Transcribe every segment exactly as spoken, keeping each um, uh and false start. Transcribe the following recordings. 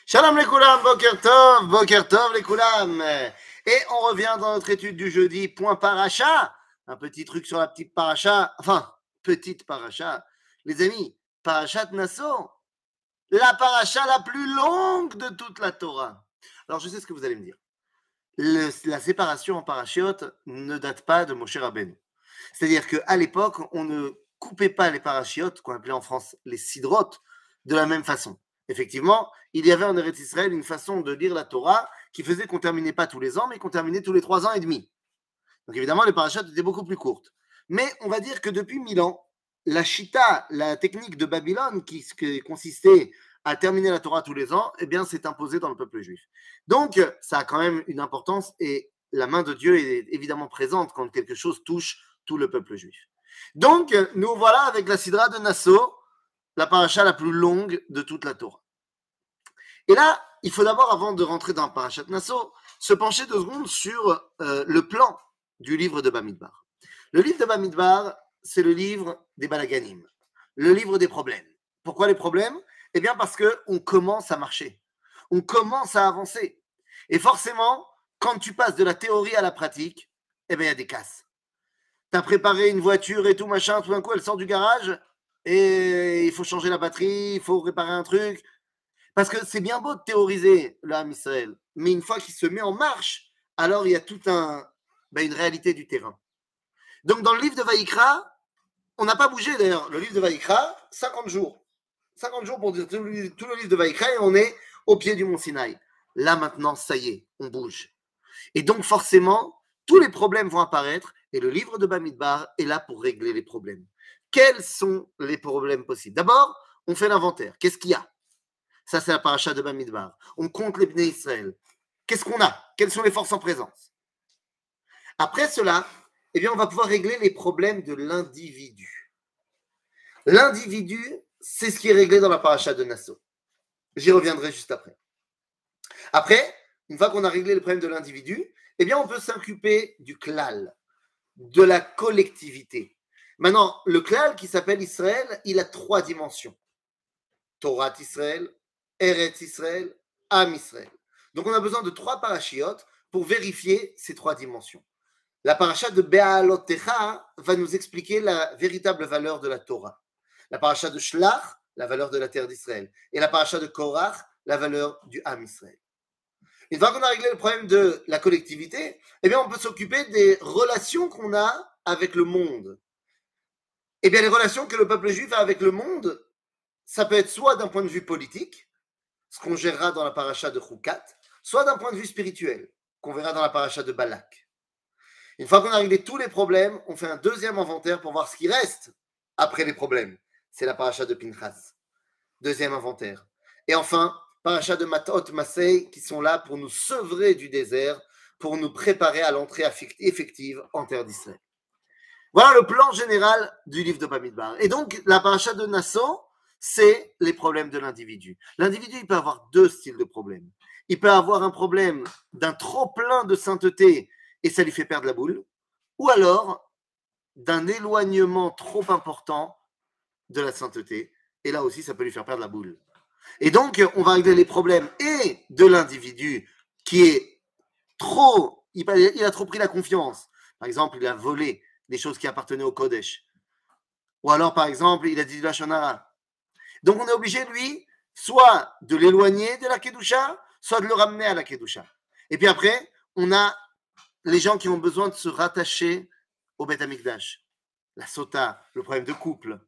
Shalom les koulam, boker tov, boker tov les koulam. Et on revient dans notre étude du jeudi, point paracha. Un petit truc sur la petite paracha, enfin, petite paracha. Les amis, parachat Nasso, la paracha la plus longue de toute la Torah. Alors je sais ce que vous allez me dire. Le, la séparation en parachiotes ne date pas de Moshe Rabbeinu. C'est-à-dire qu'à l'époque, on ne coupait pas les parachiotes, qu'on appelait en France les sidrotes, de la même façon. Effectivement, il y avait en Eretz Israël une façon de lire la Torah qui faisait qu'on ne terminait pas tous les ans, mais qu'on terminait tous les trois ans et demi. Donc évidemment, les parachutes étaient beaucoup plus courtes. Mais on va dire que depuis mille ans, la Shita, la technique de Babylone, qui, qui consistait à terminer la Torah tous les ans, eh bien, s'est imposée dans le peuple juif. Donc, ça a quand même une importance et la main de Dieu est évidemment présente quand quelque chose touche tout le peuple juif. Donc, nous voilà avec la Sidra de Nasso, la paracha la plus longue de toute la Torah. Et là, il faut d'abord, avant de rentrer dans la paracha de Nasso, se pencher deux secondes sur euh, le plan du livre de Bamidbar. Le livre de Bamidbar, c'est le livre des balaganim, le livre des problèmes. Pourquoi les problèmes? Eh bien parce qu'on commence à marcher, on commence à avancer. Et forcément, quand tu passes de la théorie à la pratique, eh bien il y a des casses. Tu as préparé une voiture et tout, machin, tout d'un coup elle sort du garage et il faut changer la batterie, il faut réparer un truc. Parce que c'est bien beau de théoriser le Ham Israël, mais une fois qu'il se met en marche, alors il y a toute un, ben une réalité du terrain. Donc dans le livre de Vaïkra, on n'a pas bougé d'ailleurs. Le livre de Vaïkra, cinquante jours. cinquante jours pour dire tout le, tout le livre de Vaïkra et on est au pied du mont Sinaï. Là maintenant, ça y est, on bouge. Et donc forcément, tous les problèmes vont apparaître et le livre de Bamidbar est là pour régler les problèmes. Quels sont les problèmes possibles? D'abord, on fait l'inventaire. Qu'est-ce qu'il y a? Ça, c'est la paracha de Bamidbar. On compte les Bnei Israël. Qu'est-ce qu'on a? Quelles sont les forces en présence? Après cela, eh bien, on va pouvoir régler les problèmes de l'individu. L'individu, c'est ce qui est réglé dans la paracha de Nasso. J'y reviendrai juste après. Après, une fois qu'on a réglé le problème de l'individu, eh bien, on peut s'occuper du klal, de la collectivité. Maintenant, le klal qui s'appelle Israël, il a trois dimensions. Torah Israël, Eretz Israël, Am Israël. Donc, on a besoin de trois parachiotes pour vérifier ces trois dimensions. La paracha de Be'alotecha va nous expliquer la véritable valeur de la Torah. La paracha de Shlach, la valeur de la terre d'Israël. Et la paracha de Korach, la valeur du Ham Israël. Une fois qu'on a réglé le problème de la collectivité, eh bien, on peut s'occuper des relations qu'on a avec le monde. Eh bien, les relations que le peuple juif a avec le monde, ça peut être soit d'un point de vue politique, ce qu'on gérera dans la paracha de Chukat, soit d'un point de vue spirituel, qu'on verra dans la paracha de Balak. Une fois qu'on a réglé tous les problèmes, on fait un deuxième inventaire pour voir ce qui reste après les problèmes. C'est la paracha de Pinchas. Deuxième inventaire. Et enfin, paracha de Matot Masei, qui sont là pour nous sevrer du désert, pour nous préparer à l'entrée effective en terre d'Israël. Voilà le plan général du livre de Bamidbar. Et donc, la paracha de Nasso, c'est les problèmes de l'individu. L'individu, il peut avoir deux styles de problèmes. Il peut avoir un problème d'un trop-plein de sainteté et ça lui fait perdre la boule, ou alors d'un éloignement trop important de la sainteté, et là aussi ça peut lui faire perdre la boule. Et donc on va régler les problèmes et de l'individu qui est trop, il a trop pris la confiance, par exemple il a volé des choses qui appartenaient au Kodesh, ou alors par exemple il a dit de la Shonara. Donc on est obligé lui soit de l'éloigner de la Kedusha, soit de le ramener à la Kedusha. Et puis après on a les gens qui ont besoin de se rattacher au Beth Amikdash, la sota, le problème de couple.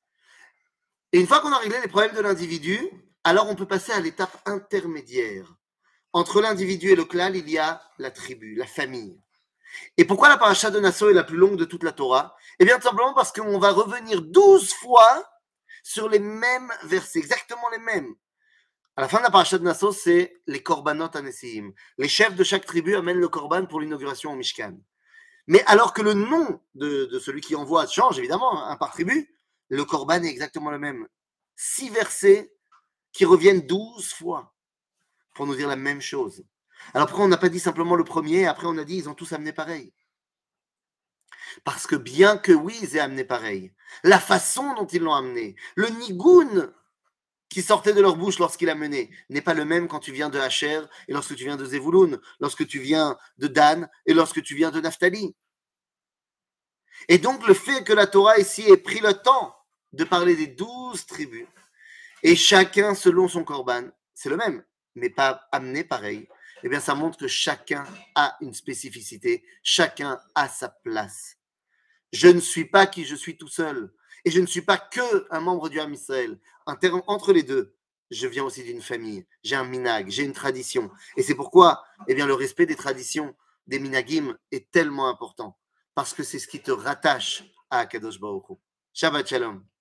Et une fois qu'on a réglé les problèmes de l'individu, alors on peut passer à l'étape intermédiaire. Entre l'individu et le klal, il y a la tribu, la famille. Et pourquoi la paracha de Nasso est la plus longue de toute la Torah? Eh bien, tout simplement parce qu'on va revenir douze fois sur les mêmes versets, exactement les mêmes. À la fin de la paracha de Nasso, c'est les korbanot hanesiim. Les chefs de chaque tribu amènent le korban pour l'inauguration au Mishkan. Mais alors que le nom de, de celui qui envoie change, évidemment, un par tribu, le korban est exactement le même. Six versets qui reviennent douze fois pour nous dire la même chose. Alors pourquoi on n'a pas dit simplement le premier, et après on a dit ils ont tous amené pareil? Parce que bien que oui, ils aient amené pareil, la façon dont ils l'ont amené, le nigoun qui sortait de leur bouche lorsqu'il a mené n'est pas le même quand tu viens de Hacher et lorsque tu viens de Zevouloun, lorsque tu viens de Dan et lorsque tu viens de Naphtali. Et donc le fait que la Torah ici ait pris le temps de parler des douze tribus, et chacun selon son korban, c'est le même, mais pas amené pareil, eh bien ça montre que chacun a une spécificité, chacun a sa place. Je ne suis pas qui je suis tout seul, et je ne suis pas que un membre du Ham Israël. Entre les deux, je viens aussi d'une famille, j'ai un minag, j'ai une tradition, et c'est pourquoi eh bien, le respect des traditions, des minagim est tellement important, parce que c'est ce qui te rattache à Akadosh Baruch Hu. Shabbat Shalom.